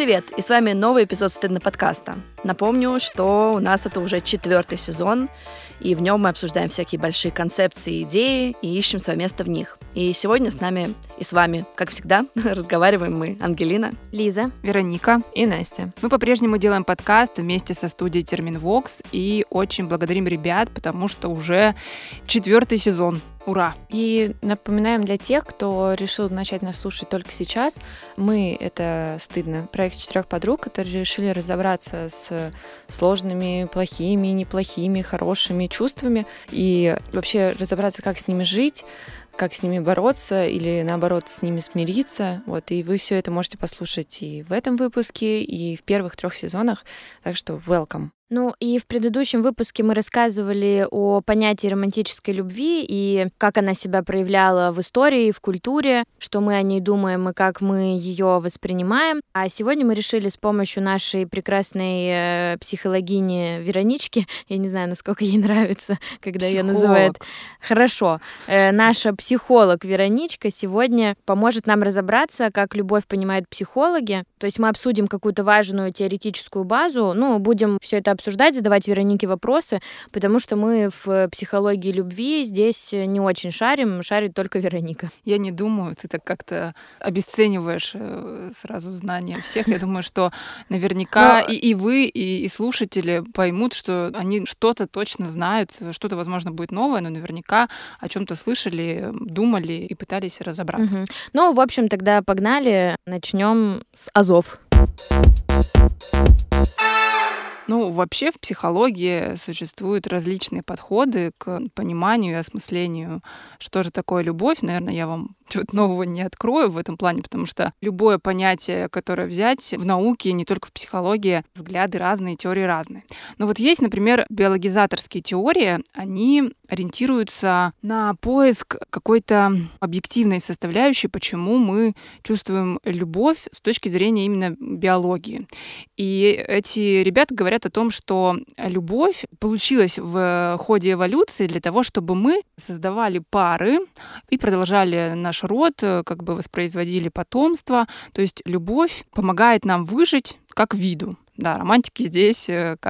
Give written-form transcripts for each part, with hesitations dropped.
Всем привет! И с вами новый эпизод «Стыдно» подкаста. Напомню, что у нас это уже 4-й сезон, и в нем мы обсуждаем всякие большие концепции и идеи и ищем свое место в них. И сегодня с нами и с вами, как всегда, разговариваем мы, Ангелина, Лиза, Вероника и Настя. Мы по-прежнему делаем подкаст вместе со студией Терминвокс и очень благодарим ребят, потому что уже 4-й сезон. Ура! И напоминаем для тех, кто решил начать нас слушать только сейчас, мы — это «Стыдно», проект 4 подруг, которые решили разобраться с сложными, плохими, неплохими, хорошими чувствами и вообще разобраться, как с ними жить, как с ними бороться или, наоборот, с ними смириться. Вот, и вы все это можете послушать и в этом выпуске, и в первых 3 сезонах. Так что welcome. Ну и в предыдущем выпуске мы рассказывали о понятии романтической любви и как она себя проявляла в истории, в культуре, что мы о ней думаем и как мы ее воспринимаем. А сегодня мы решили с помощью нашей прекрасной психологини Веронички, я не знаю, насколько ей нравится, когда ее называют... Хорошо. Наша психолог Вероничка сегодня поможет нам разобраться, как любовь понимают психологи. То есть мы обсудим какую-то важную теоретическую базу, будем все это обсуждать, задавать Веронике вопросы, потому что мы в психологии любви здесь не очень шарит только Вероника. Я не думаю, ты так как-то обесцениваешь сразу знания всех. Я думаю, что наверняка и вы, и слушатели поймут, что они что-то точно знают, что-то, возможно, будет новое, но наверняка о чем-то слышали, думали и пытались разобраться. Угу. В общем, тогда погнали, начнем с азов. Вообще в психологии существуют различные подходы к пониманию и осмыслению, что же такое любовь. Наверное, я вам чего-то нового не открою в этом плане, потому что любое понятие, которое взять в науке, не только в психологии, взгляды разные, теории разные. Но вот есть, например, биологизаторские теории, они ориентируются на поиск какой-то объективной составляющей, почему мы чувствуем любовь с точки зрения именно биологии. И эти ребята говорят о том, что любовь получилась в ходе эволюции для того, чтобы мы создавали пары и продолжали наш род, воспроизводили потомство. То есть любовь помогает нам выжить как виду. Да, романтики здесь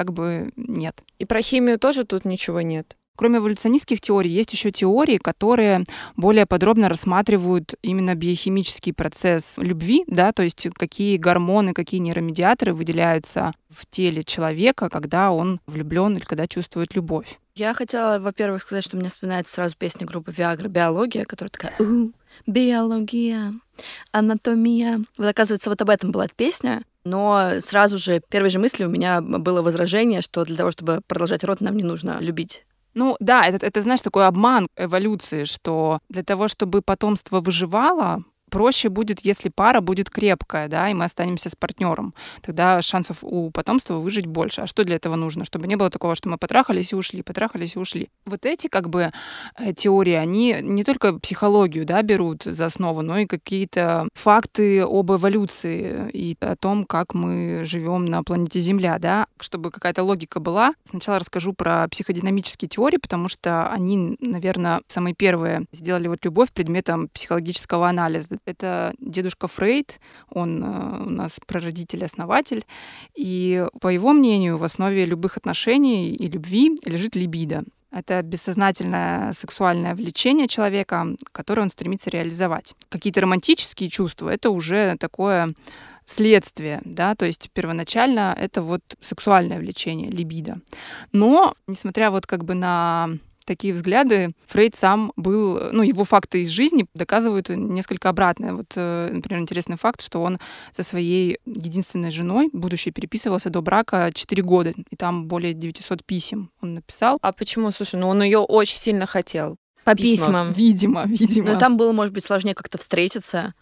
нет. И про химию тоже тут ничего нет. Кроме эволюционистских теорий, есть еще теории, которые более подробно рассматривают именно биохимический процесс любви, да, то есть какие гормоны, какие нейромедиаторы выделяются в теле человека, когда он влюблен или когда чувствует любовь. Я хотела, во-первых, сказать, что мне вспоминается сразу песня группы Viagra «Биология», которая такая «Биология, анатомия». Вот, оказывается, вот об этом была песня. Но сразу же, первой же мыслью у меня было возражение, что для того, чтобы продолжать род, нам не нужно любить. Это, знаешь, такой обман эволюции, что для того, чтобы потомство выживало, проще будет, если пара будет крепкая, да, и мы останемся с партнером. Тогда шансов у потомства выжить больше. А что для этого нужно? Чтобы не было такого, что мы потрахались и ушли. Вот эти теории, они не только психологию, да, берут за основу, но и какие-то факты об эволюции и о том, как мы живем на планете Земля, да. Чтобы какая-то логика была, сначала расскажу про психодинамические теории, потому что они, наверное, самые первые сделали любовь предметом психологического анализа. Это дедушка Фрейд, он у нас прародитель-основатель, и, по его мнению, в основе любых отношений и любви лежит либидо. Это бессознательное сексуальное влечение человека, которое он стремится реализовать. Какие-то романтические чувства — это уже такое следствие, да, то есть первоначально это сексуальное влечение, либидо. Но, несмотря на такие взгляды, Фрейд сам был, его факты из жизни доказывают несколько обратное. Например, интересный факт, что он со своей единственной женой, будущей, переписывался до брака 4 года, и там более 900 писем он написал. А почему? Слушай, он ее очень сильно хотел. По письмам. Видимо. Но там было, может быть, сложнее как-то встретиться.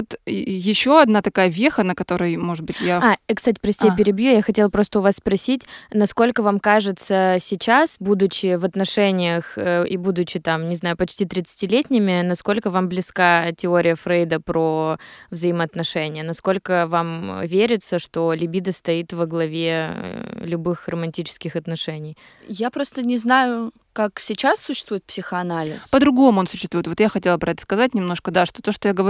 Еще одна такая веха, на которой, может быть, я... Кстати, прости, я перебью. Я хотела просто у вас спросить, насколько вам кажется сейчас, будучи в отношениях и будучи почти 30-летними, насколько вам близка теория Фрейда про взаимоотношения? Насколько вам верится, что либидо стоит во главе любых романтических отношений? Я просто не знаю, как сейчас существует психоанализ. По-другому он существует. Я хотела про это сказать немножко, да, что то, что я говорю про Фрейда,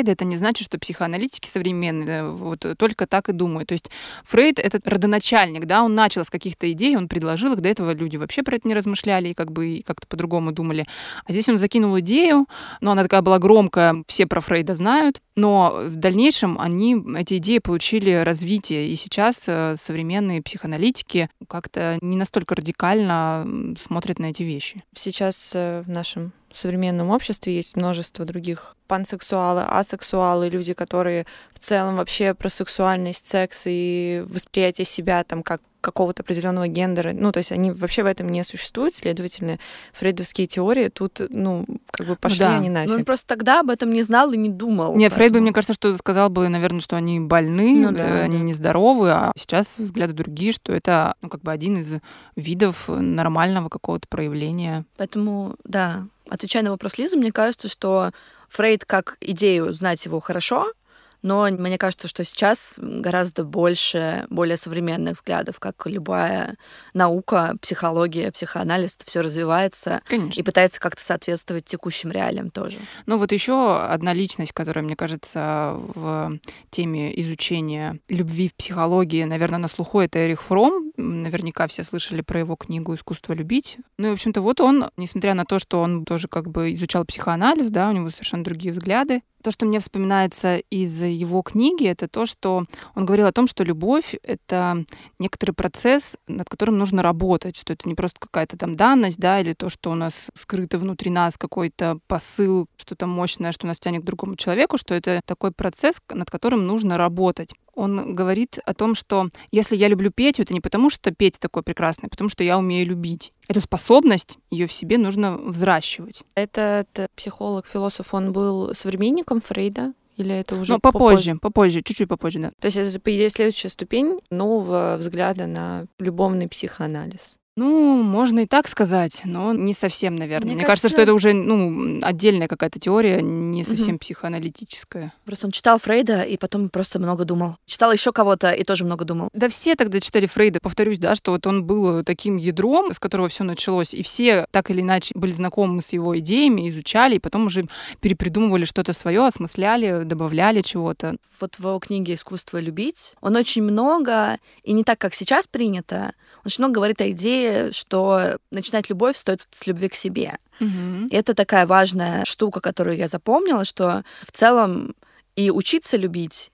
Фрейда, это не значит, что психоаналитики современные вот только так и думают. То есть Фрейд — это родоначальник, да, он начал с каких-то идей, он предложил их, до этого люди вообще про это не размышляли и как-то по-другому думали. А здесь он закинул идею, но она такая была громкая, все про Фрейда знают, но в дальнейшем эти идеи получили развитие, и сейчас современные психоаналитики как-то не настолько радикально смотрят на эти вещи. Сейчас в нашем современном обществе есть множество других пансексуалы, асексуалы, люди, которые в целом вообще про сексуальность, секс и восприятие себя там как какого-то определенного гендера. Ну, то есть они вообще в этом не существуют, следовательно, фрейдовские теории тут, как бы пошли они нафиг. Но он просто тогда об этом не знал и не думал. Нет, Фрейд бы, мне кажется, что сказал бы, наверное, что они больны, они нездоровы, а сейчас взгляды другие, что это, как бы один из видов нормального какого-то проявления. Поэтому, да, отвечая на вопрос Лизы, мне кажется, что Фрейд как идею, знать его хорошо, но мне кажется, что сейчас гораздо больше более современных взглядов, как любая наука, психология, психоанализ, все развивается. Конечно. И пытается как-то соответствовать текущим реалиям тоже. Ну вот еще одна личность, которая, мне кажется, в теме изучения любви в психологии, наверное, на слуху, это Эрих Фромм. Наверняка все слышали про его книгу «Искусство любить». Ну и, в общем-то, вот он, несмотря на то, что он тоже как бы изучал психоанализ, да, у него совершенно другие взгляды. То, что мне вспоминается из его книги, это то, что он говорил о том, что любовь — это некоторый процесс, над которым нужно работать, что это не просто какая-то там данность, да, или то, что у нас скрыто внутри нас какой-то посыл, что-то мощное, что нас тянет к другому человеку, что это такой процесс, над которым нужно работать. Он говорит о том, что если я люблю Петю, это не потому, что Петя такой прекрасный, а потому что я умею любить. Эту способность, ее в себе нужно взращивать. Этот психолог, философ, он был современником Фрейда? Или это уже попозже, чуть-чуть попозже, да. То есть это, по идее, следующая ступень нового взгляда на любовный психоанализ. Ну, можно и так сказать, но не совсем, наверное. Мне кажется, что это уже отдельная какая-то теория, не совсем психоаналитическая. Просто он читал Фрейда и потом просто много думал. Читал еще кого-то и тоже много думал. Да все тогда читали Фрейда. Повторюсь, да, что вот он был таким ядром, с которого все началось, и все так или иначе были знакомы с его идеями, изучали, и потом уже перепридумывали что-то свое, осмысляли, добавляли чего-то. Вот в его книге «Искусство любить» он очень много, и не так, как сейчас принято, он очень много говорит о идее, что начинать любовь стоит с любви к себе. И это такая важная штука, которую я запомнила, что в целом и учиться любить,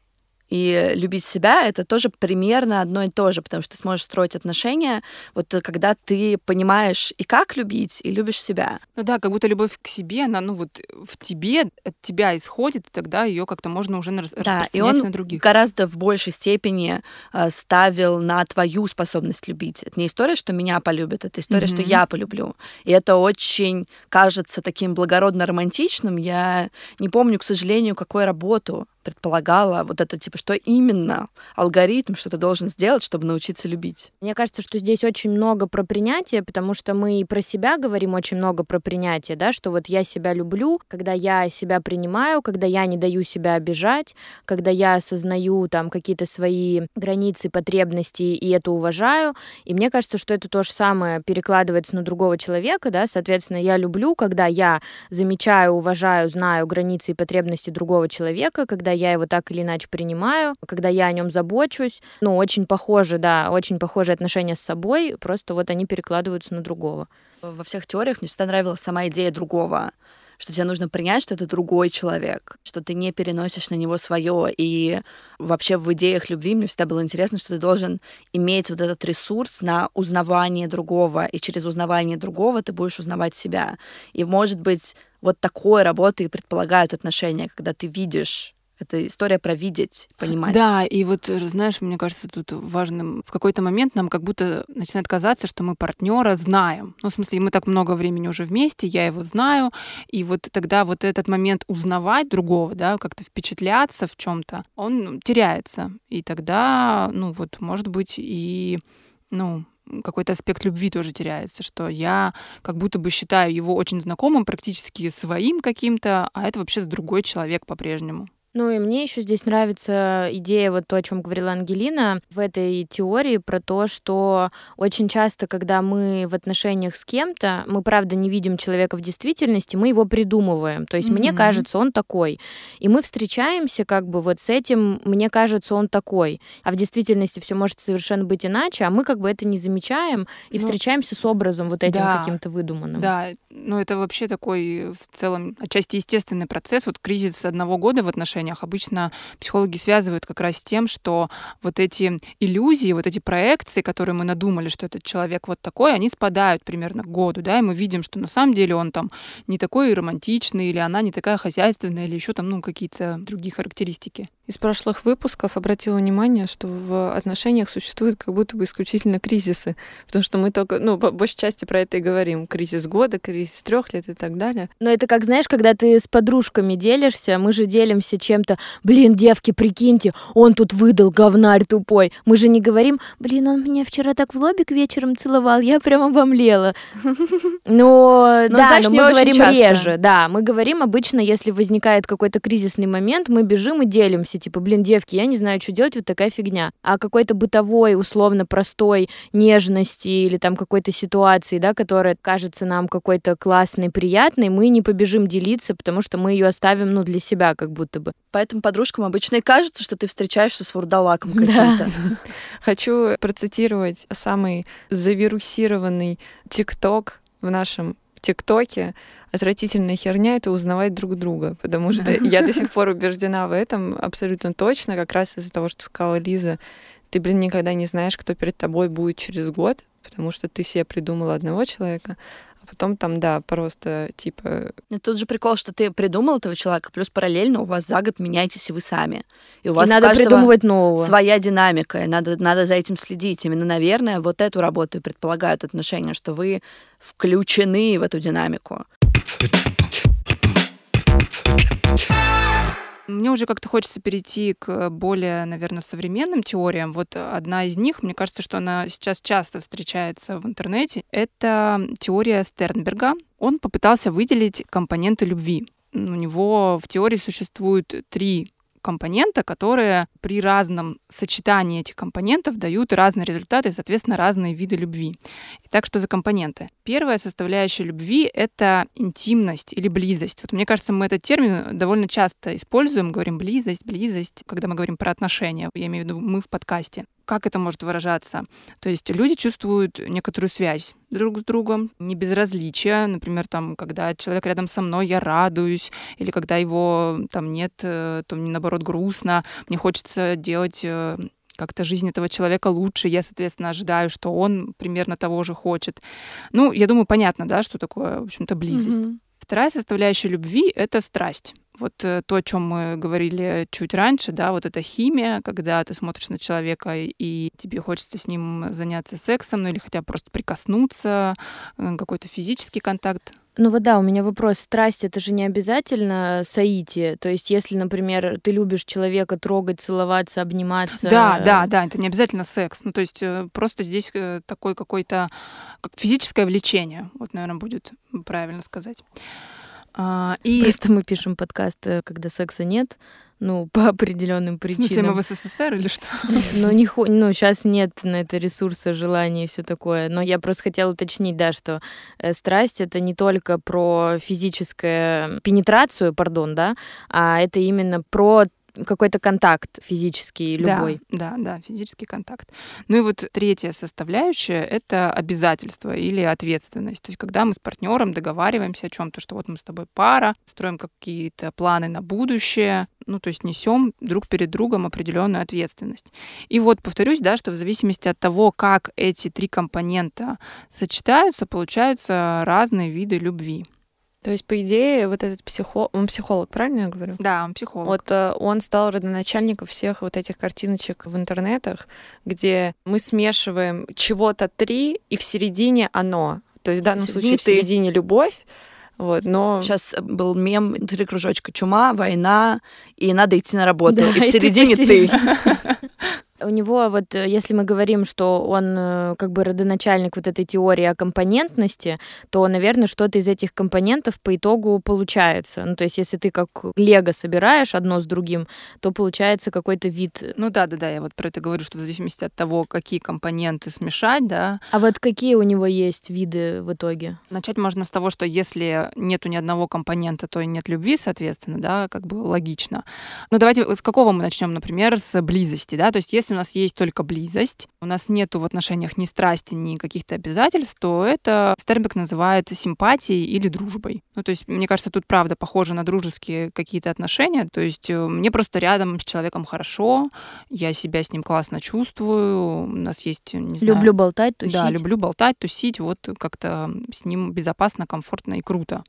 и любить себя — это тоже примерно одно и то же, потому что ты сможешь строить отношения, вот когда ты понимаешь и как любить, и любишь себя. Ну да, как будто любовь к себе, она вот в тебе, от тебя исходит, и тогда ее как-то можно уже распространять на других. Гораздо в большей степени ставил на твою способность любить. Это не история, что меня полюбят, это история, что я полюблю. И это очень кажется таким благородно-романтичным. Я не помню, к сожалению, какую работу предполагала вот это, типа, что именно алгоритм, что ты должен сделать, чтобы научиться любить. Мне кажется, что здесь очень много про принятие, потому что мы и про себя говорим очень много про принятие, да, что вот я себя люблю, когда я себя принимаю, когда я не даю себя обижать, когда я осознаю там какие-то свои границы, потребности и это уважаю. И мне кажется, что это то же самое перекладывается на другого человека, да, соответственно, я люблю, когда я замечаю, уважаю, знаю границы и потребности другого человека, когда я его так или иначе принимаю, когда я о нем забочусь. Ну, очень похоже, да, очень похожие отношения с собой, просто вот они перекладываются на другого. Во всех теориях мне всегда нравилась сама идея другого, что тебе нужно принять, что это другой человек, что ты не переносишь на него свое. И вообще в идеях любви мне всегда было интересно, что ты должен иметь вот этот ресурс на узнавание другого, и через узнавание другого ты будешь узнавать себя. И, может быть, вот такой работы и предполагают отношения, когда ты видишь. Это история про видеть, понимать. Да, и вот, знаешь, мне кажется, тут важным в какой-то момент нам как будто начинает казаться, что мы партнера знаем. Ну, в смысле, мы так много времени уже вместе, я его знаю, и вот тогда вот этот момент узнавать другого, да, как-то впечатляться в чем-то, он теряется. И тогда, ну, вот, может быть, и, ну, какой-то аспект любви тоже теряется, что я как будто бы считаю его очень знакомым, практически своим каким-то, а это вообще-то другой человек по-прежнему. Ну и мне еще здесь нравится идея, вот то, о чем говорила Ангелина, в этой теории про то, что очень часто, когда мы в отношениях с кем-то, мы, правда, не видим человека в действительности, мы его придумываем. То есть мне кажется, он такой. И мы встречаемся как бы вот с этим, мне кажется, он такой. А в действительности все может совершенно быть иначе, а мы как бы это не замечаем и встречаемся с образом вот этим каким-то выдуманным. Да, ну это вообще такой в целом отчасти естественный процесс. Вот кризис 1 года в отношениях обычно психологи связывают как раз с тем, что вот эти иллюзии, вот эти проекции, которые мы надумали, что этот человек вот такой, они спадают примерно к году, да, и мы видим, что на самом деле он там не такой романтичный, или она не такая хозяйственная, или еще там, ну, какие-то другие характеристики. Из прошлых выпусков обратила внимание, что в отношениях существуют как будто бы исключительно кризисы, потому что мы только, ну, по большей части про это и говорим. Кризис года, кризис 3 лет и так далее. Но это как, знаешь, когда ты с подружками делишься, мы же делимся чем-то, блин, девки, прикиньте, он тут выдал, говнарь тупой. Мы же не говорим, блин, он меня вчера так в лобик вечером целовал, я прям обомлела. Но знаешь, мы не очень говорим часто. реже, да, мы говорим обычно, если возникает какой-то кризисный момент, мы бежим и делимся, типа, блин, девки, я не знаю, что делать, вот такая фигня. А какой-то бытовой, условно простой нежности или там какой-то ситуации, да, которая кажется нам какой-то классной, приятной, мы не побежим делиться, потому что мы ее оставим, ну, для себя как будто бы. Поэтому подружкам обычно и кажется, что ты встречаешься с вурдалаком каким-то. Хочу процитировать самый завирусированный ТикТок в нашем ТикТоке. Отвратительная херня — это узнавать друг друга, потому что я до сих пор убеждена в этом абсолютно точно, как раз из-за того, что сказала Лиза. Ты, никогда не знаешь, кто перед тобой будет через год, потому что ты себе придумала одного человека, а потом там, да, просто типа... И тут же прикол, что ты придумал этого человека, плюс параллельно у вас за год меняетесь и вы сами. И у вас надо придумывать нового. Своя динамика, и надо за этим следить. Именно, наверное, вот эту работу и предполагают отношения, что вы включены в эту динамику. Мне уже как-то хочется перейти к более, наверное, современным теориям. Вот одна из них, мне кажется, что она сейчас часто встречается в интернете, это теория Стернберга. Он попытался выделить компоненты любви. У него в теории существует 3 компонента, которые при разном сочетании этих компонентов дают разные результаты и, соответственно, разные виды любви. Итак, что за компоненты? Первая составляющая любви — это интимность или близость. Вот мне кажется, мы этот термин довольно часто используем, говорим близость, когда мы говорим про отношения. Я имею в виду мы в подкасте. Как это может выражаться? То есть люди чувствуют некоторую связь друг с другом, не безразличие. Например, там, когда человек рядом со мной, я радуюсь, или когда его там нет, то мне, наоборот, грустно. Мне хочется делать как-то жизнь этого человека лучше. Я, соответственно, ожидаю, что он примерно того же хочет. Ну, я думаю, понятно, да, что такое, в общем-то, близость. Вторая составляющая любви — это страсть. Вот то, о чем мы говорили чуть раньше, да, вот эта химия, когда ты смотришь на человека, и тебе хочется с ним заняться сексом, ну или хотя бы просто прикоснуться, какой-то физический контакт. Ну вот да, у меня вопрос. Страсть — это же не обязательно соитие. То есть если, например, ты любишь человека трогать, целоваться, обниматься... Да, это не обязательно секс. Ну то есть просто здесь такой какой-то как физическое влечение, вот, наверное, будет правильно сказать. Просто мы пишем подкаст, когда секса нет, ну, по определенным причинам. В смысле, мы в СССР или что? Ну, сейчас нет на это ресурса, желания и все такое. Но я просто хотела уточнить, да, что страсть — это не только про физическую пенетрацию, да, а это именно про какой-то контакт физический, любой. Да, физический контакт. Ну и вот третья составляющая — это обязательство или ответственность. То есть когда мы с партнером договариваемся о чем-то, что вот мы с тобой пара, строим какие-то планы на будущее, ну то есть несем друг перед другом определенную ответственность. И вот повторюсь, да, что в зависимости от того, как эти 3 компонента сочетаются, получаются разные виды любви. То есть, по идее, вот этот он психолог, правильно я говорю? Да, он психолог. Вот он стал родоначальником всех вот этих картиночек в интернетах, где мы смешиваем чего-то 3, и в середине оно. То есть в данном случае в середине любовь. Вот, но... Сейчас был мем 3 кружочка: чума, война, и надо идти на работу. Да, и в середине ты. У него вот, если мы говорим, что он как бы родоначальник вот этой теории о компонентности, то, наверное, что-то из этих компонентов по итогу получается. Ну, то есть если ты как лего собираешь одно с другим, то получается какой-то вид. Ну да, я вот про это говорю, что в зависимости от того, какие компоненты смешать, да. А вот какие у него есть виды в итоге? Начать можно с того, что если нету ни одного компонента, то и нет любви, соответственно, да, как бы логично. Но давайте с какого мы начнем, например, с близости, да, то есть если у нас есть только близость, у нас нету в отношениях ни страсти, ни каких-то обязательств, то это Стернберг называет симпатией или дружбой. Ну, то есть, мне кажется, тут правда похоже на дружеские какие-то отношения, то есть мне просто рядом с человеком хорошо, я себя с ним классно чувствую, у нас есть, не знаю... Люблю болтать, тусить. Да, люблю болтать, тусить, вот как-то с ним безопасно, комфортно и круто.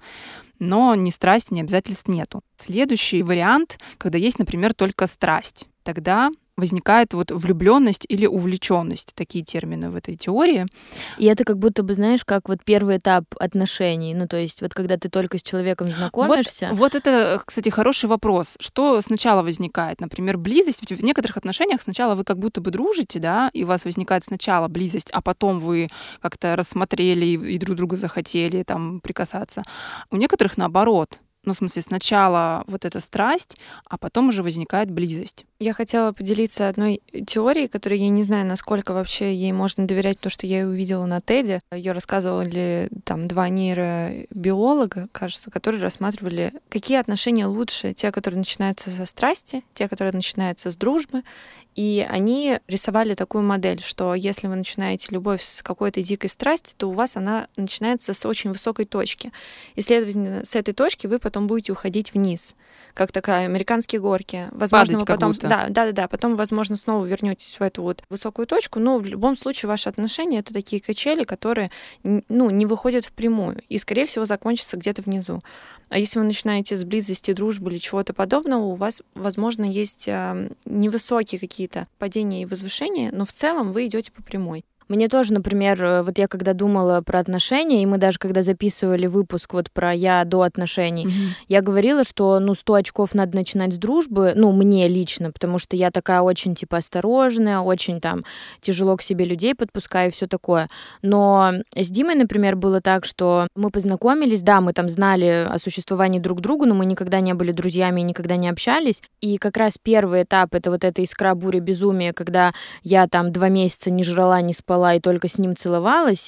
Но ни страсти, ни обязательств нету. Следующий вариант, когда есть, например, только страсть. Тогда возникает вот влюбленность или увлеченность, такие термины в этой теории. И это как будто бы, знаешь, как вот первый этап отношений. Ну, то есть вот когда ты только с человеком знакомишься. Вот это, кстати, хороший вопрос. Что сначала возникает? Например, близость. Ведь в некоторых отношениях сначала вы как будто бы дружите, да, и у вас возникает сначала близость, а потом вы как-то рассмотрели и друг друга захотели там прикасаться. У некоторых наоборот. Ну, в смысле, сначала вот эта страсть, а потом уже возникает близость. Я хотела поделиться одной теорией, которой я не знаю, насколько вообще ей можно доверять, потому что я ее увидела на TED. Ее рассказывали там 2 нейробиолога, кажется, которые рассматривали, какие отношения лучше, те, которые начинаются со страсти, те, которые начинаются с дружбы. И они рисовали такую модель, что если вы начинаете любовь с какой-то дикой страсти, то у вас она начинается с очень высокой точки. И, следовательно, с этой точки вы потом будете уходить вниз, как такая американские горки. Возможно, вы потом, потом, возможно, снова вернетесь в эту вот высокую точку, но в любом случае ваши отношения — это такие качели, которые, ну, не выходят впрямую и, скорее всего, закончатся где-то внизу. А если вы начинаете с близости, дружбы или чего-то подобного, у вас, возможно, есть невысокие какие-то падения и возвышения, но в целом вы идете по прямой. Мне тоже, например, вот я когда думала про отношения, и мы даже когда записывали выпуск вот про «я до отношений», я говорила, что, 100 очков надо начинать с дружбы, мне лично, потому что я такая очень, осторожная, очень там тяжело к себе людей подпускаю и все такое. Но с Димой, например, было так, что мы познакомились, да, мы там знали о существовании друг друга, но мы никогда не были друзьями и никогда не общались. И как раз первый этап — это вот эта искра, буря, безумие, когда я там 2 месяца не жрала, не спала, и только с ним целовалась,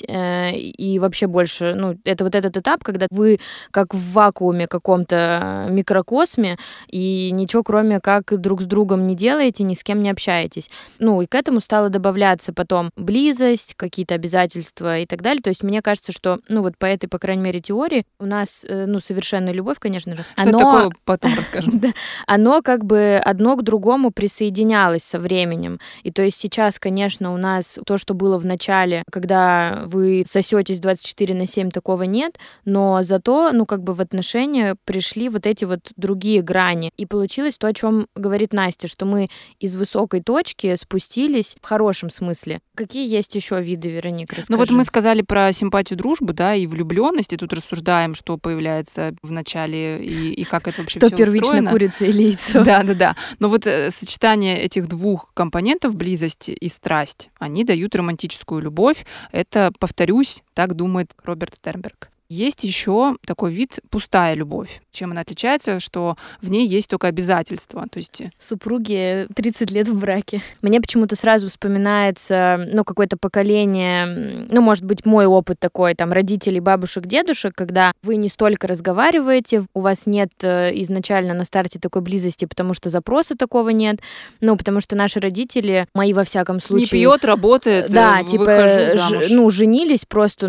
и вообще больше, это вот этот этап, когда вы как в вакууме каком-то микрокосме, и ничего кроме как друг с другом не делаете, ни с кем не общаетесь. И к этому стало добавляться потом близость, какие-то обязательства и так далее. То есть мне кажется, что, вот по этой, по крайней мере, теории у нас, совершенная любовь, конечно же. Что это такое, потом расскажем. Оно как бы одно к другому присоединялось со временем. И то есть сейчас, конечно, у нас то, что было в начале, когда вы сосетесь 24/7, такого нет, но зато, в отношения пришли вот эти вот другие грани. И получилось то, о чем говорит Настя, что мы из высокой точки спустились в хорошем смысле. Какие есть еще виды, Вероника, расскажи. Вот мы сказали про симпатию, дружбу, да, и влюбленность, и тут рассуждаем, что появляется в начале и как это вообще что всё первично, устроено. Курица или яйцо. Да. Но вот сочетание этих 2 компонентов, близость и страсть, они дают романтическую любовь. Это, повторюсь, так думает Роберт Стернберг. Есть еще такой вид — пустая любовь. Чем она отличается? Что в ней есть только обязательства. То есть... Супруги 30 лет в браке. Мне почему-то сразу вспоминается, какое-то поколение, может быть, мой опыт такой, там, родителей, бабушек, дедушек, когда вы не столько разговариваете, у вас нет изначально на старте такой близости, потому что запроса такого нет, потому что наши родители, мои во всяком случае... Не пьет, работает, да, выхожу замуж. Женились просто,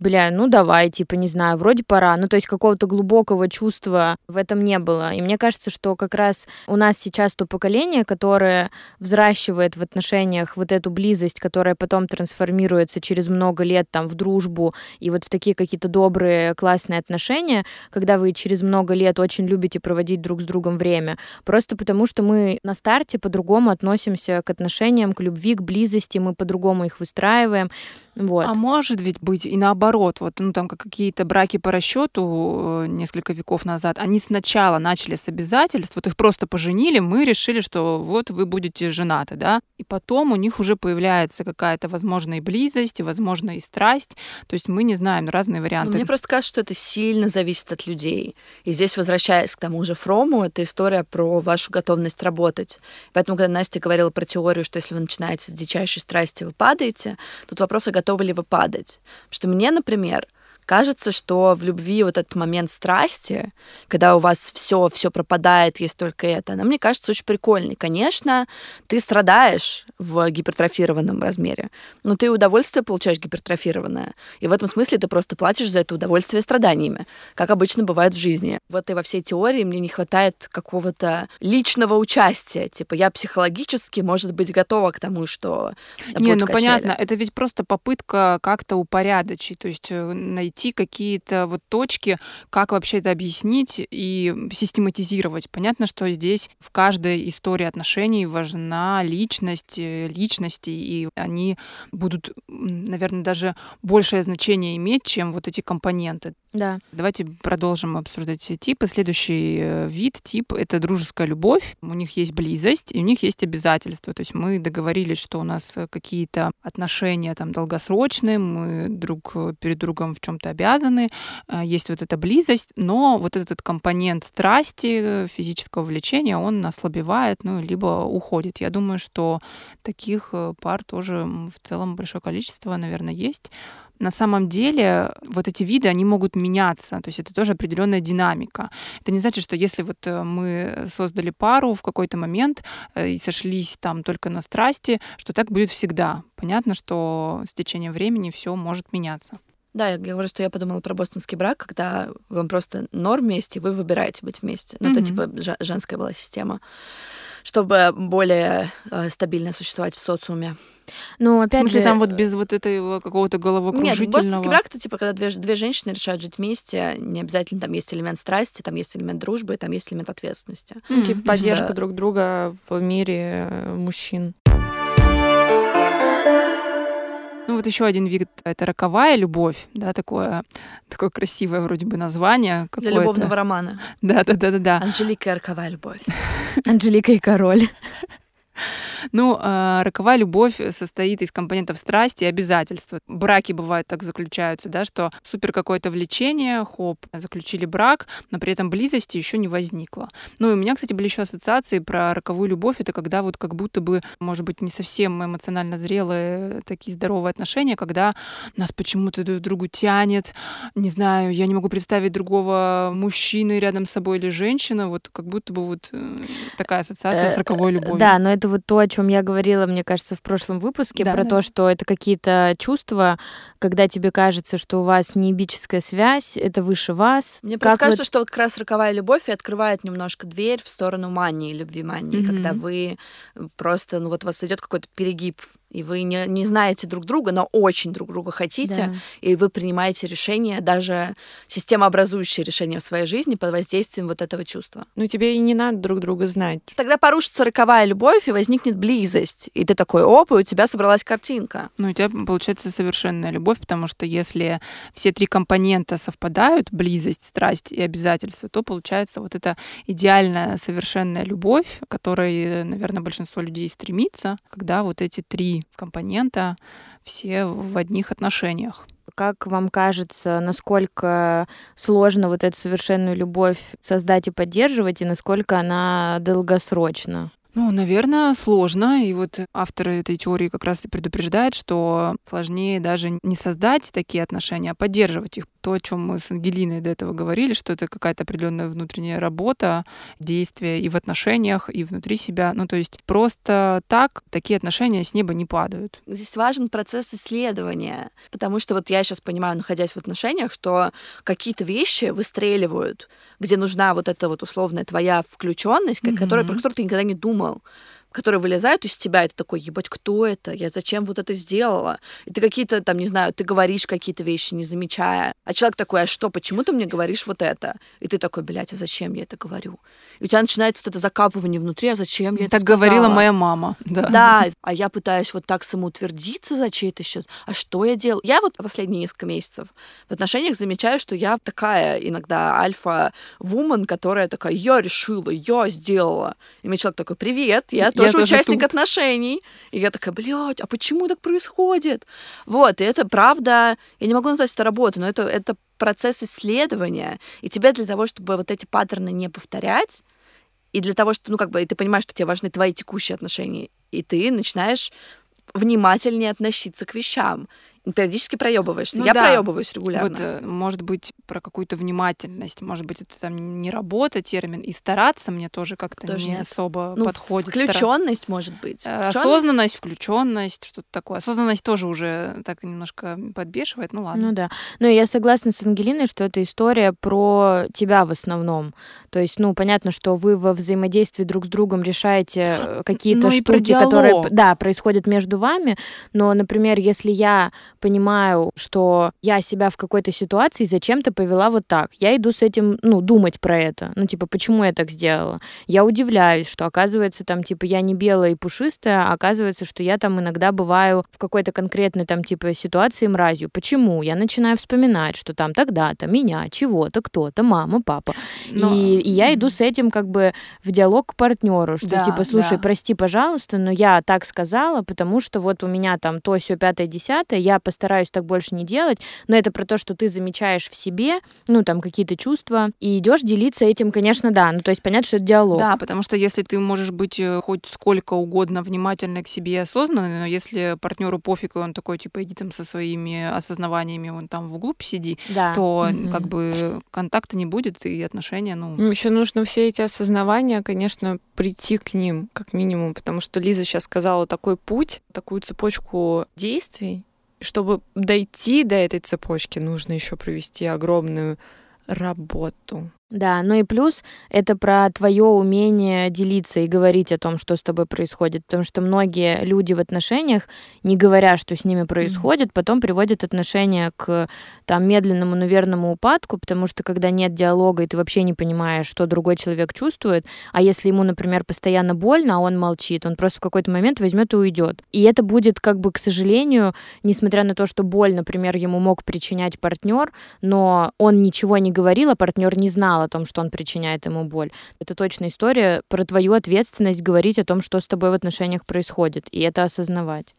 давай, не знаю, вроде пора. То есть какого-то глубокого чувства в этом не было. И мне кажется, что как раз у нас сейчас то поколение, которое взращивает в отношениях вот эту близость, которая потом трансформируется через много лет там в дружбу и вот в такие какие-то добрые, классные отношения, когда вы через много лет очень любите проводить друг с другом время. Просто потому, что мы на старте по-другому относимся к отношениям, к любви, к близости, мы по-другому их выстраиваем. Вот. А может ведь быть и наоборот, там какие какие-то браки по расчету несколько веков назад, они сначала начали с обязательств, вот их просто поженили, мы решили, что вот вы будете женаты, да, и потом у них уже появляется какая-то, возможно, и близость, и, возможно, и страсть, то есть мы не знаем, разные варианты. Мне просто кажется, что это сильно зависит от людей. И здесь, возвращаясь к тому же Фрому, это история про вашу готовность работать. Поэтому, когда Настя говорила про теорию, что если вы начинаете с дичайшей страсти, вы падаете, тут вопрос, а готовы ли вы падать. Потому что мне, например, кажется, что в любви вот этот момент страсти, когда у вас все пропадает, есть только это, она, мне кажется, очень прикольный. Конечно, ты страдаешь в гипертрофированном размере, но ты удовольствие получаешь гипертрофированное. И в этом смысле ты просто платишь за это удовольствие страданиями, как обычно бывает в жизни. В этой во всей теории мне не хватает какого-то личного участия. Типа я психологически, может быть, готова к тому, что Не, понятно, это ведь просто попытка как-то упорядочить, то есть найти какие-то вот точки, как вообще это объяснить и систематизировать. Понятно, что здесь в каждой истории отношений важна личность, личности, и они будут, наверное, даже большее значение иметь, чем вот эти компоненты. Да. Давайте продолжим обсуждать все типы. Следующий тип — это дружеская любовь. У них есть близость, и у них есть обязательства. То есть мы договорились, что у нас какие-то отношения там долгосрочные, мы друг перед другом в чем-то обязаны, есть вот эта близость, но вот этот компонент страсти, физического влечения, он ослабевает, ну, либо уходит. Я думаю, что таких пар тоже в целом большое количество, наверное, есть. На самом деле вот эти виды, они могут меняться, то есть это тоже определенная динамика. Это не значит, что если вот мы создали пару в какой-то момент и сошлись там только на страсти, что так будет всегда. Понятно, что с течением времени все может меняться. Да, я говорю, что я подумала про бостонский брак, когда вам просто норм вместе, вы выбираете быть вместе. Ну, это типа женская была система, чтобы более стабильно существовать в социуме. Ну, опять в смысле, же... там вот без вот этого какого-то головокружительного... Нет, бостонский брак — это типа, когда две женщины решают жить вместе, не обязательно там есть элемент страсти, там есть элемент дружбы, там есть элемент ответственности. Типа поддержка друг друга в мире мужчин. Ну вот еще один вид — это роковая любовь, да, такое красивое вроде бы название. Для любовного романа. Да. Анжелика и роковая любовь. Анжелика и король. Ну, роковая любовь состоит из компонентов страсти и обязательства. Браки бывают так заключаются, да, что супер какое-то влечение, заключили брак, но при этом близости еще не возникло. Ну, и у меня, кстати, были еще ассоциации про роковую любовь. Это когда вот как будто бы, может быть, не совсем эмоционально зрелые такие здоровые отношения, когда нас почему-то друг к другу тянет. Не знаю, я не могу представить другого мужчины рядом с собой или женщины. Вот как будто бы вот такая ассоциация с роковой любовью. Да, но это вот то, о чем я говорила, мне кажется, в прошлом выпуске, про то, что это какие-то чувства, когда тебе кажется, что у вас неебическая связь, это выше вас. Мне просто кажется, что как раз роковая любовь и открывает немножко дверь в сторону мании, любви мании, когда вы просто, ну вот у вас идет какой-то перегиб, и вы не знаете друг друга, но очень друг друга хотите, и вы принимаете решения, даже системообразующие решения в своей жизни под воздействием вот этого чувства. Ну, тебе и не надо друг друга знать. Тогда порушится роковая любовь, и возникнет близость. И ты такой, оп, и у тебя собралась картинка. Ну, у тебя получается совершенная любовь, потому что если все три компонента совпадают, близость, страсть и обязательства, то получается вот эта идеальная совершенная любовь, к которой, наверное, большинство людей стремится, когда вот эти три компонента все в одних отношениях. Как вам кажется, насколько сложно вот эту совершенную любовь создать и поддерживать, и насколько она долгосрочна? Ну, наверное, сложно. И вот автор этой теории как раз и предупреждает, что сложнее даже не создать такие отношения, а поддерживать их. То, о чем мы с Ангелиной до этого говорили, что это какая-то определенная внутренняя работа, действия и в отношениях, и внутри себя. Ну, то есть просто так такие отношения с неба не падают. Здесь важен процесс исследования, потому что вот я сейчас понимаю, находясь в отношениях, что какие-то вещи выстреливают, где нужна вот эта вот условная твоя включенность, про которую ты никогда не думал. которые вылезают из тебя, и ты такой, ебать, кто это? Я зачем вот это сделала? И ты какие-то там, не знаю, ты говоришь какие-то вещи, не замечая. А человек такой, а что, почему ты мне говоришь вот это? И ты такой, блядь, а зачем я это говорю? И у тебя начинается вот это закапывание внутри, а зачем я это Так сказала? говорила моя мама. Да, а я пытаюсь вот так самоутвердиться за чей-то счет. А что я делаю? Я вот последние несколько месяцев в отношениях замечаю, что я такая иногда альфа-вумен, которая такая, я решила, я сделала. И мне человек такой, привет, я тоже участник отношений. И я такая, блядь, а почему так происходит? Вот, и это правда, я не могу назвать это работой, но это процесс исследования. И тебе для того, чтобы вот эти паттерны не повторять, и для того, что, и ты понимаешь, что тебе важны твои текущие отношения, и ты начинаешь внимательнее относиться к вещам. Периодически проебываешься. Я проебываюсь регулярно. Вот, может быть, про какую-то внимательность, может быть, это там не работа термин, и стараться мне тоже как-то не особо подходит. Включенность, может быть. Осознанность, включенность, что-то такое. Осознанность тоже уже так немножко подбешивает, ну ладно. Ну да. Ну, я согласна с Ангелиной, что это история про тебя в основном. То есть, понятно, что вы во взаимодействии друг с другом решаете какие-то штуки, которые происходят между вами, но, например, если я понимаю, что я себя в какой-то ситуации зачем-то повела вот так. Я иду с этим, думать про это. Почему я так сделала? Я удивляюсь, что, оказывается, там, я не белая и пушистая, а оказывается, что я там иногда бываю в какой-то конкретной, там, ситуации мразью. Почему? Я начинаю вспоминать, что там тогда-то меня, чего-то, кто-то, мама, папа. И я иду с этим в диалог к партнеру, что, слушай, прости, пожалуйста, но я так сказала, потому что вот у меня там то, сё, 5-е, 10-е, я постараюсь так больше не делать, но это про то, что ты замечаешь в себе, какие-то чувства, и идешь делиться этим, конечно, да. То есть понятно, что это диалог. Да, потому что если ты можешь быть хоть сколько угодно внимательной к себе и осознанной, но если партнеру пофиг, и он такой, иди там со своими осознаваниями, он там в углу посиди, то контакта не будет, и отношения, Еще нужно все эти осознавания, конечно, прийти к ним, как минимум, потому что Лиза сейчас сказала такой путь, такую цепочку действий. Чтобы дойти до этой цепочки, нужно еще провести огромную работу. Да, и плюс это про твое умение делиться и говорить о том, что с тобой происходит, потому что многие люди в отношениях, не говоря, что с ними происходит, потом приводят отношения к медленному, но верному упадку, потому что когда нет диалога, и ты вообще не понимаешь, что другой человек чувствует, а если ему, например, постоянно больно, а он молчит, он просто в какой-то момент возьмет и уйдет. И это будет, к сожалению, несмотря на то, что боль, например, ему мог причинять партнер, но он ничего не говорил, а партнер не знал о том, что он причиняет ему боль. Это точно история про твою ответственность говорить о том, что с тобой в отношениях происходит, и это осознавать.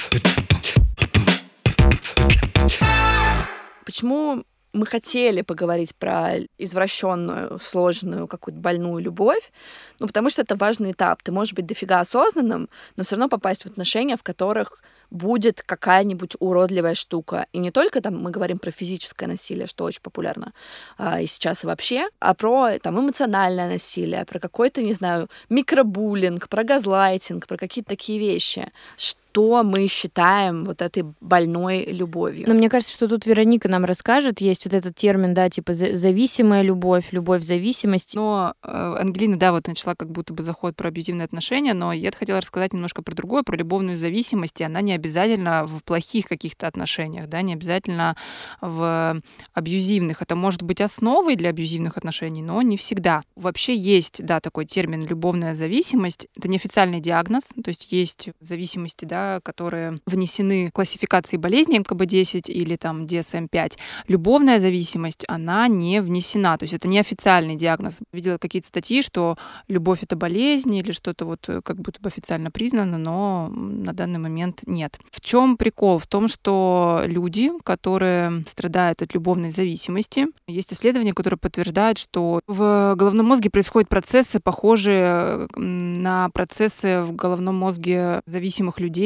Почему мы хотели поговорить про извращенную, сложную, какую-то больную любовь? Потому что это важный этап. Ты можешь быть дофига осознанным, но все равно попасть в отношения, в которых будет какая-нибудь уродливая штука. И не только мы говорим про физическое насилие, что очень популярно и сейчас и вообще, а про эмоциональное насилие, про какой-то, не знаю, микробуллинг, про газлайтинг, про какие-то такие вещи. Что мы считаем вот этой больной любовью. Но мне кажется, что тут Вероника нам расскажет. Есть вот этот термин, зависимая любовь, любовь в зависимости. Но Ангелина, начала как будто бы заход про абьюзивные отношения, но я хотела рассказать немножко про другое, про любовную зависимость, и она не обязательно в плохих каких-то отношениях, не обязательно в абьюзивных. Это может быть основой для абьюзивных отношений, но не всегда. Вообще есть, такой термин любовная зависимость. Это неофициальный диагноз, то есть есть зависимости, которые внесены в классификации болезней МКБ-10 или DSM-5. Любовная зависимость, она не внесена, то есть это неофициальный диагноз. Видела какие-то статьи, что любовь — это болезнь или что-то как будто бы официально признано, но на данный момент нет. В чем прикол? В том, что люди, которые страдают от любовной зависимости, есть исследования, которые подтверждают, что в головном мозге происходят процессы, похожие на процессы в головном мозге зависимых людей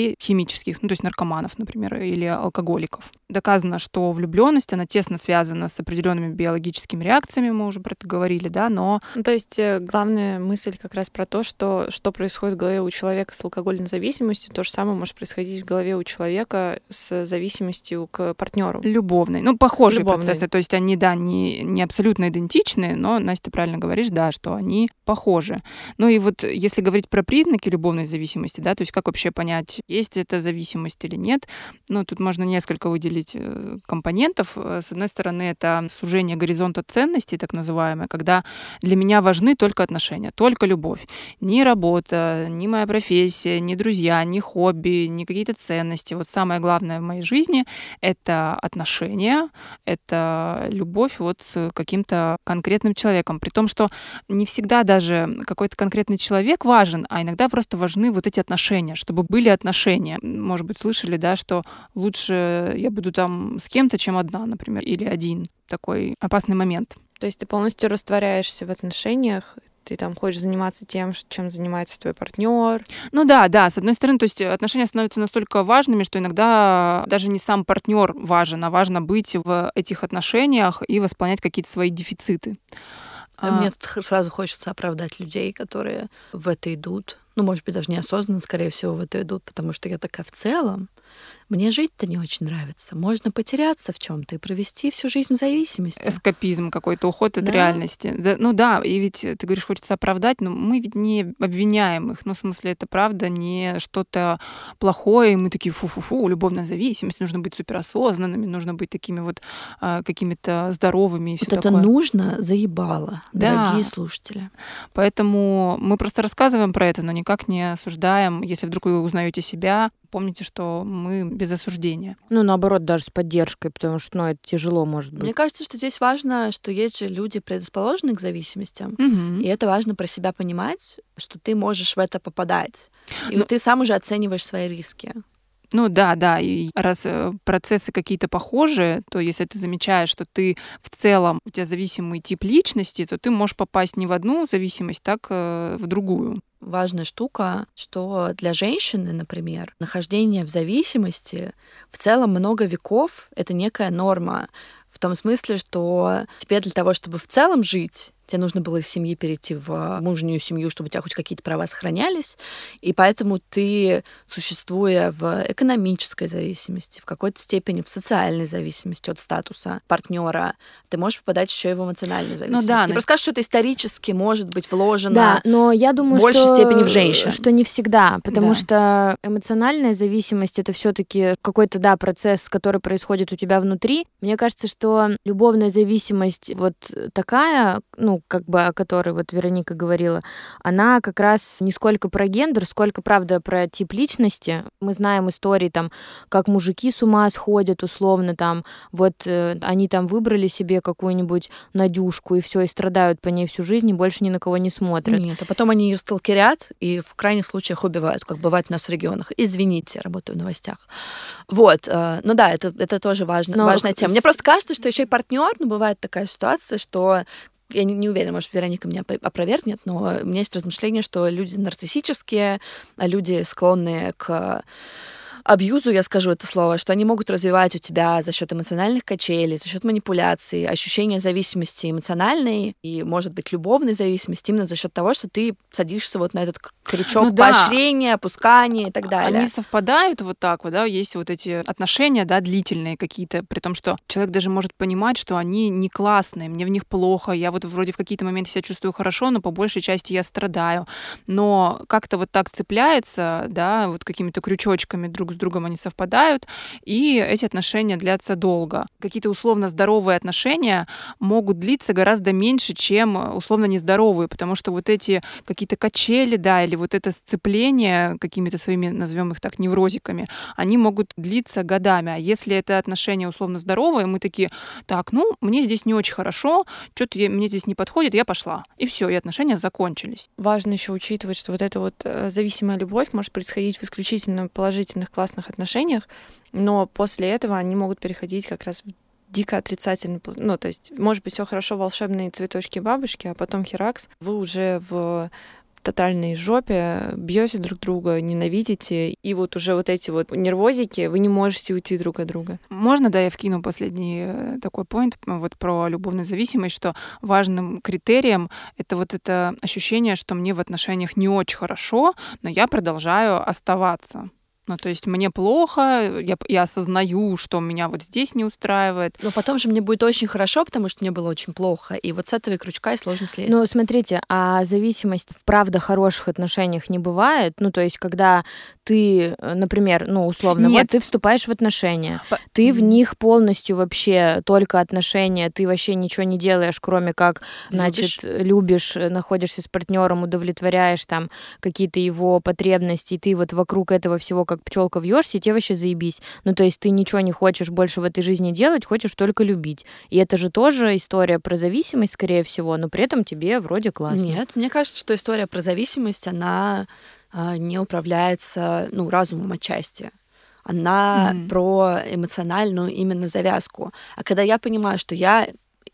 людей химических, ну, то есть наркоманов, например, или алкоголиков. Доказано, что влюбленность, она тесно связана с определенными биологическими реакциями, мы уже про это говорили, да, но... Ну, то есть главная мысль как раз про то, что происходит в голове у человека с алкогольной зависимостью, то же самое может происходить в голове у человека с зависимостью к партнеру. Любовной. Ну, похожие Любовной. процессы. То есть они, да, не абсолютно идентичны, но, Настя, ты правильно говоришь, да, что они похожи. Ну и вот если говорить про признаки любовной зависимости, да, то есть как вообще понять, есть это зависимость или нет, ну, тут можно несколько выделить компонентов. С одной стороны, это сужение горизонта ценностей, так называемое, когда для меня важны только отношения, только любовь. Ни работа, ни моя профессия, ни друзья, ни хобби, ни какие-то ценности. Вот самое главное в моей жизни — это отношения, это любовь вот с каким-то конкретным человеком. При том, что не всегда даже какой-то конкретный человек важен, а иногда просто важны вот эти отношения, чтобы были отношения. Может быть, слышали, да, что лучше я буду там с кем-то, чем одна, например, или один. Такой опасный момент. То есть ты полностью растворяешься в отношениях, ты там хочешь заниматься тем, чем занимается твой партнер. Ну да, с одной стороны, то есть отношения становятся настолько важными, что иногда даже не сам партнер важен, а важно быть в этих отношениях и восполнять какие-то свои дефициты. Мне тут сразу хочется оправдать людей, которые в это идут. Ну, может быть, даже неосознанно, скорее всего, в это идут, потому что я такая в целом. Мне жить-то не очень нравится. Можно потеряться в чем-то и провести всю жизнь в зависимости. Эскапизм какой-то, уход от Да. реальности. Да, ну да, и ведь ты говоришь, хочется оправдать, но мы ведь не обвиняем их. Ну, в смысле, это правда не что-то плохое, и мы такие фу-фу-фу, любовная зависимость, нужно быть суперосознанными, нужно быть такими вот какими-то здоровыми и все Вот это такое. нужно заебало, Да. дорогие слушатели. Поэтому мы просто рассказываем про это, но никак не осуждаем. Если вдруг вы узнаете себя, помните, что мы без осуждения. Ну, наоборот, даже с поддержкой, потому что, ну, это тяжело может быть. Мне кажется, что здесь важно, что есть же люди, предрасположенные к зависимостям, Мгм. и это важно про себя понимать, что ты можешь в это попадать. И Ну- вот ты сам уже оцениваешь свои риски. Ну да, и раз процессы какие-то похожи, то если ты замечаешь, что ты в целом, у тебя зависимый тип личности, то ты можешь попасть не в одну зависимость, так в другую. Важная штука, что для женщины, например, нахождение в зависимости в целом много веков — это некая норма. В том смысле, что тебе для того, чтобы в целом жить, тебе нужно было из семьи перейти в мужнюю семью, чтобы у тебя хоть какие-то права сохранялись. И поэтому ты, существуя в экономической зависимости, в какой-то степени в социальной зависимости от статуса партнера, ты можешь попадать еще и в эмоциональную зависимость. да, Я просто скажу, что это исторически может быть вложено. Да, но я думаю, в большей что, степени в женщин. что не всегда, потому Да. что эмоциональная зависимость — это все-таки какой-то, да, процесс, который происходит у тебя внутри. Мне кажется, что любовная зависимость вот такая, ну, как бы, о которой вот Вероника говорила, она как раз не сколько про гендер, сколько, правда, про тип личности. Мы знаем истории, там, как мужики с ума сходят, условно, там, вот они там выбрали себе какую-нибудь Надюшку, и все, и страдают по ней всю жизнь, и больше ни на кого не смотрят. Нет, а потом они ее сталкерят и в крайних случаях убивают, как бывает у нас в регионах. Извините, работаю в новостях. Вот, ну да, это тоже важная тема. Мне просто кажется, что еще и партнер, ну, бывает такая ситуация, что я не уверена, может, Вероника меня опровергнет, но у меня есть размышление, что люди нарциссические, люди склонные к абьюзу, я скажу это слово, что они могут развивать у тебя за счет эмоциональных качелей, за счет манипуляций, ощущение зависимости эмоциональной и, может быть, любовной зависимости именно за счет того, что ты садишься вот на этот крючок Ну да. поощрения, опускания и так далее. Они совпадают вот так вот, да, есть вот эти отношения, да, длительные какие-то, при том, что человек даже может понимать, что они не классные, мне в них плохо, я вот вроде в какие-то моменты себя чувствую хорошо, но по большей части я страдаю. Но как-то вот так цепляется, да, вот какими-то крючочками друг с другом они совпадают, и эти отношения длятся долго. Какие-то условно здоровые отношения могут длиться гораздо меньше, чем условно нездоровые, потому что вот эти какие-то качели, да, или вот это сцепление какими-то своими, назовем их так, неврозиками, они могут длиться годами. А если это отношения условно здоровые, мы такие, так, ну, мне здесь не очень хорошо, что-то мне здесь не подходит, я пошла. И все, и отношения закончились. Важно еще учитывать, что вот эта вот зависимая любовь может происходить в исключительно положительных, классных отношениях, но после этого они могут переходить как раз в дико отрицательный, ну, то есть, может быть, все хорошо, волшебные цветочки бабочки, а потом херакс, вы уже в тотальной жопе, бьете друг друга, ненавидите, и вот уже вот эти вот нервозики, вы не можете уйти друг от друга. Можно, да, я вкину последний такой поинт вот про любовную зависимость, что важным критерием это вот это ощущение, что мне в отношениях не очень хорошо, но я продолжаю оставаться. Ну, то есть мне плохо, я осознаю, что меня вот здесь не устраивает. Но потом же мне будет очень хорошо, потому что мне было очень плохо. И вот с этого крючка и сложно слезть. Ну, смотрите, а зависимость в правда хороших отношениях не бывает? Ну, то есть, когда ты, например, ну, условно, Нет. вот ты вступаешь в отношения, ты в них полностью вообще только отношения, ты вообще ничего не делаешь, кроме как, значит, любишь, находишься с партнером, удовлетворяешь там какие-то его потребности, и ты вот вокруг этого всего как пчелка вьешься, и тебе вообще заебись. Ну, то есть ты ничего не хочешь больше в этой жизни делать, хочешь только любить. И это же тоже история про зависимость, скорее всего, но при этом тебе вроде классно. Нет, мне кажется, что история про зависимость, она не управляется, ну, разумом отчасти. Она про эмоциональную именно завязку. А когда я понимаю, что я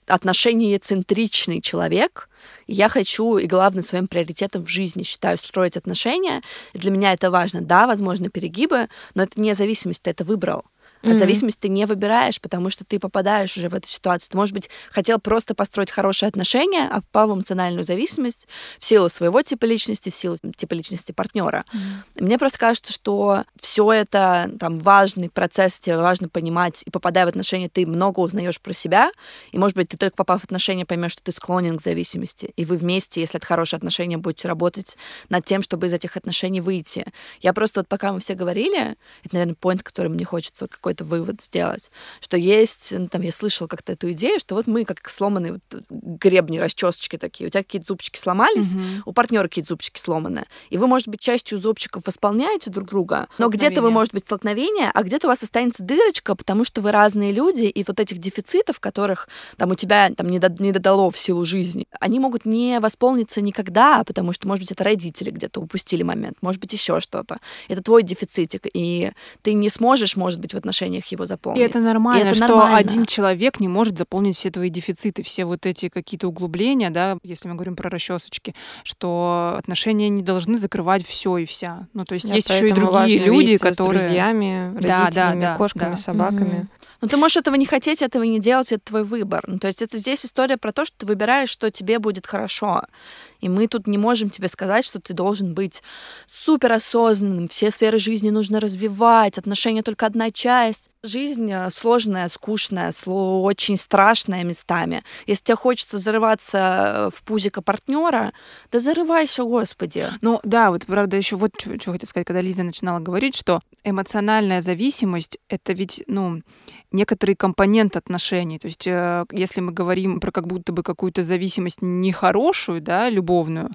отношенияцентричный человек, и я хочу, и главным своим приоритетом в жизни считаю строить отношения, и для меня это важно. Да, возможно, перегибы, но это не зависимость, ты это выбрал. А зависимость ты не выбираешь, потому что ты попадаешь уже в эту ситуацию. Ты, может быть, хотел просто построить хорошие отношения, а попал в эмоциональную зависимость в силу своего типа личности, в силу типа личности партнера. Мне просто кажется, что все это там важный процесс, тебе важно понимать, и попадая в отношения, ты много узнаешь про себя, и, может быть, ты только попав в отношения, поймешь, что ты склонен к зависимости, и вы вместе, если это хорошие отношения, будете работать над тем, чтобы из этих отношений выйти. Я просто вот пока мы все говорили, это, наверное, поинт, который мне хочется вот какой-то вывод сделать, что есть, ну, там, я слышала как-то эту идею, что вот мы как сломанные вот гребни, расчесочки такие, у тебя какие-то зубчики сломались, у партнера какие-то зубчики сломаны, и вы, может быть, частью зубчиков восполняете друг друга, но где-то вы, может быть, столкновение, а где-то у вас останется дырочка, потому что вы разные люди, и вот этих дефицитов, которых там у тебя там не додало в силу жизни, они могут не восполниться никогда, потому что, может быть, это родители где-то упустили момент, может быть, еще что-то. Это твой дефицитик, и ты не сможешь, может быть, в отношениях его заполнить. И это нормально, это что нормально. один человек не может заполнить все твои дефициты, все вот эти какие-то углубления, да, если мы говорим про расчесочки, что отношения не должны закрывать все и вся. Ну, то есть есть еще и другие люди, которые... С друзьями, родителями, кошками, собаками. Ну, ты можешь этого не хотеть, этого не делать, это твой выбор. Ну, то есть это здесь история про то, что ты выбираешь, что тебе будет хорошо. И мы тут не можем тебе сказать, что ты должен быть суперосознанным, все сферы жизни нужно развивать, отношения только одна часть. Жизнь сложная, скучная, очень страшная местами. Если тебе хочется зарываться в пузико партнера, да зарывайся, господи. Ну да, вот правда еще вот что хотела сказать, когда Лиза начинала говорить, что эмоциональная зависимость — это ведь, ну, некоторый компонент отношений. То есть если мы говорим про как будто бы какую-то зависимость нехорошую, да, любовную,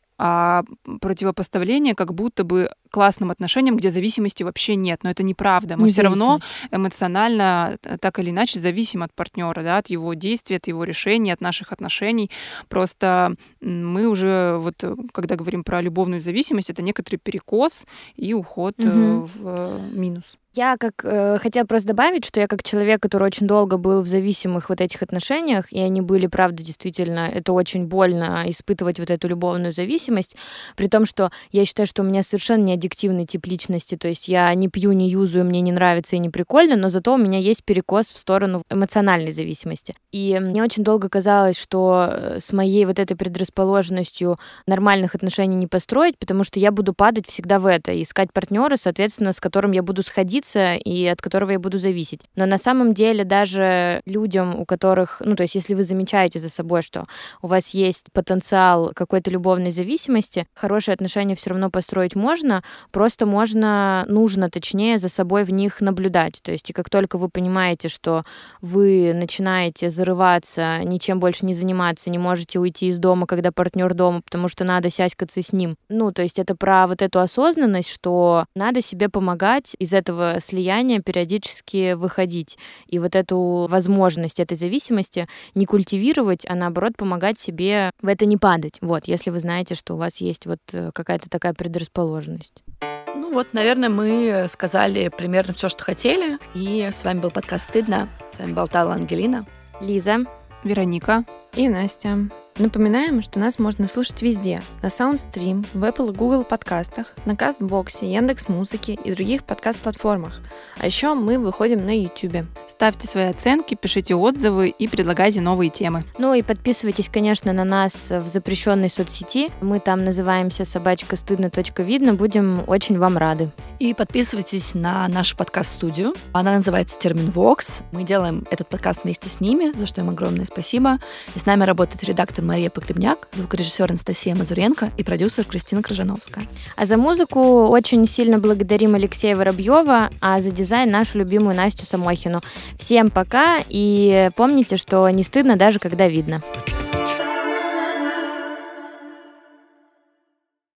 а противопоставление как будто бы классным отношениям, где зависимости вообще нет. Но это неправда. Мы все равно эмоционально так или иначе зависим от партнера, да, от его действий, от его решений, от наших отношений. Просто мы уже, вот когда говорим про любовную зависимость, это некоторый перекос и уход в минус. Я хотела просто добавить, что я как человек, который очень долго был в зависимых вот этих отношениях, и они были, правда, действительно, это очень больно испытывать вот эту любовную зависимость, при том, что я считаю, что у меня совершенно не аддиктивный тип личности, то есть я не пью, не юзаю, мне не нравится и не прикольно, но зато у меня есть перекос в сторону эмоциональной зависимости. И мне очень долго казалось, что с моей вот этой предрасположенностью нормальных отношений не построить, потому что я буду падать всегда в это, искать партнера, соответственно, с которым я буду сходиться и от которого я буду зависеть. Но на самом деле даже людям, у которых, ну, то есть если вы замечаете за собой, что у вас есть потенциал какой-то любовной зависимости, хорошие отношения все равно построить можно, просто нужно, точнее, за собой в них наблюдать. То есть и как только вы понимаете, что вы начинаете зарываться, ничем больше не заниматься, не можете уйти из дома, когда партнер дома, потому что надо сяськаться с ним. Ну, то есть это про вот эту осознанность, что надо себе помогать из этого слияния периодически выходить. И вот эту возможность этой зависимости не культивировать, а наоборот помогать себе в это не падать. Вот, если вы знаете, что у вас есть вот какая-то такая предрасположенность. Ну вот, наверное, мы сказали примерно все, что хотели. И с вами был подкаст «Стыдно». С вами болтала Ангелина. Лиза. Вероника и Настя. Напоминаем, что нас можно слушать везде. На Soundstream, в Apple и Google подкастах, на Кастбоксе, Яндекс.Музыке и других подкаст-платформах. А еще мы выходим на YouTube. Ставьте свои оценки, пишите отзывы и предлагайте новые темы. Ну и подписывайтесь, конечно, на нас в запрещенной соцсети. Мы там называемся собачкастыдно.видно. Будем очень вам рады. И подписывайтесь на нашу подкаст-студию. Она называется Терминвокс. Мы делаем этот подкаст вместе с ними, за что им огромное спасибо. И с нами работает редактор Мария Погребняк, звукорежиссер Анастасия Мазуренко и продюсер Кристина Крыжановская. А за музыку очень сильно благодарим Алексея Воробьева, а за дизайн нашу любимую Настю Самохину. Всем пока и помните, что не стыдно даже когда видно.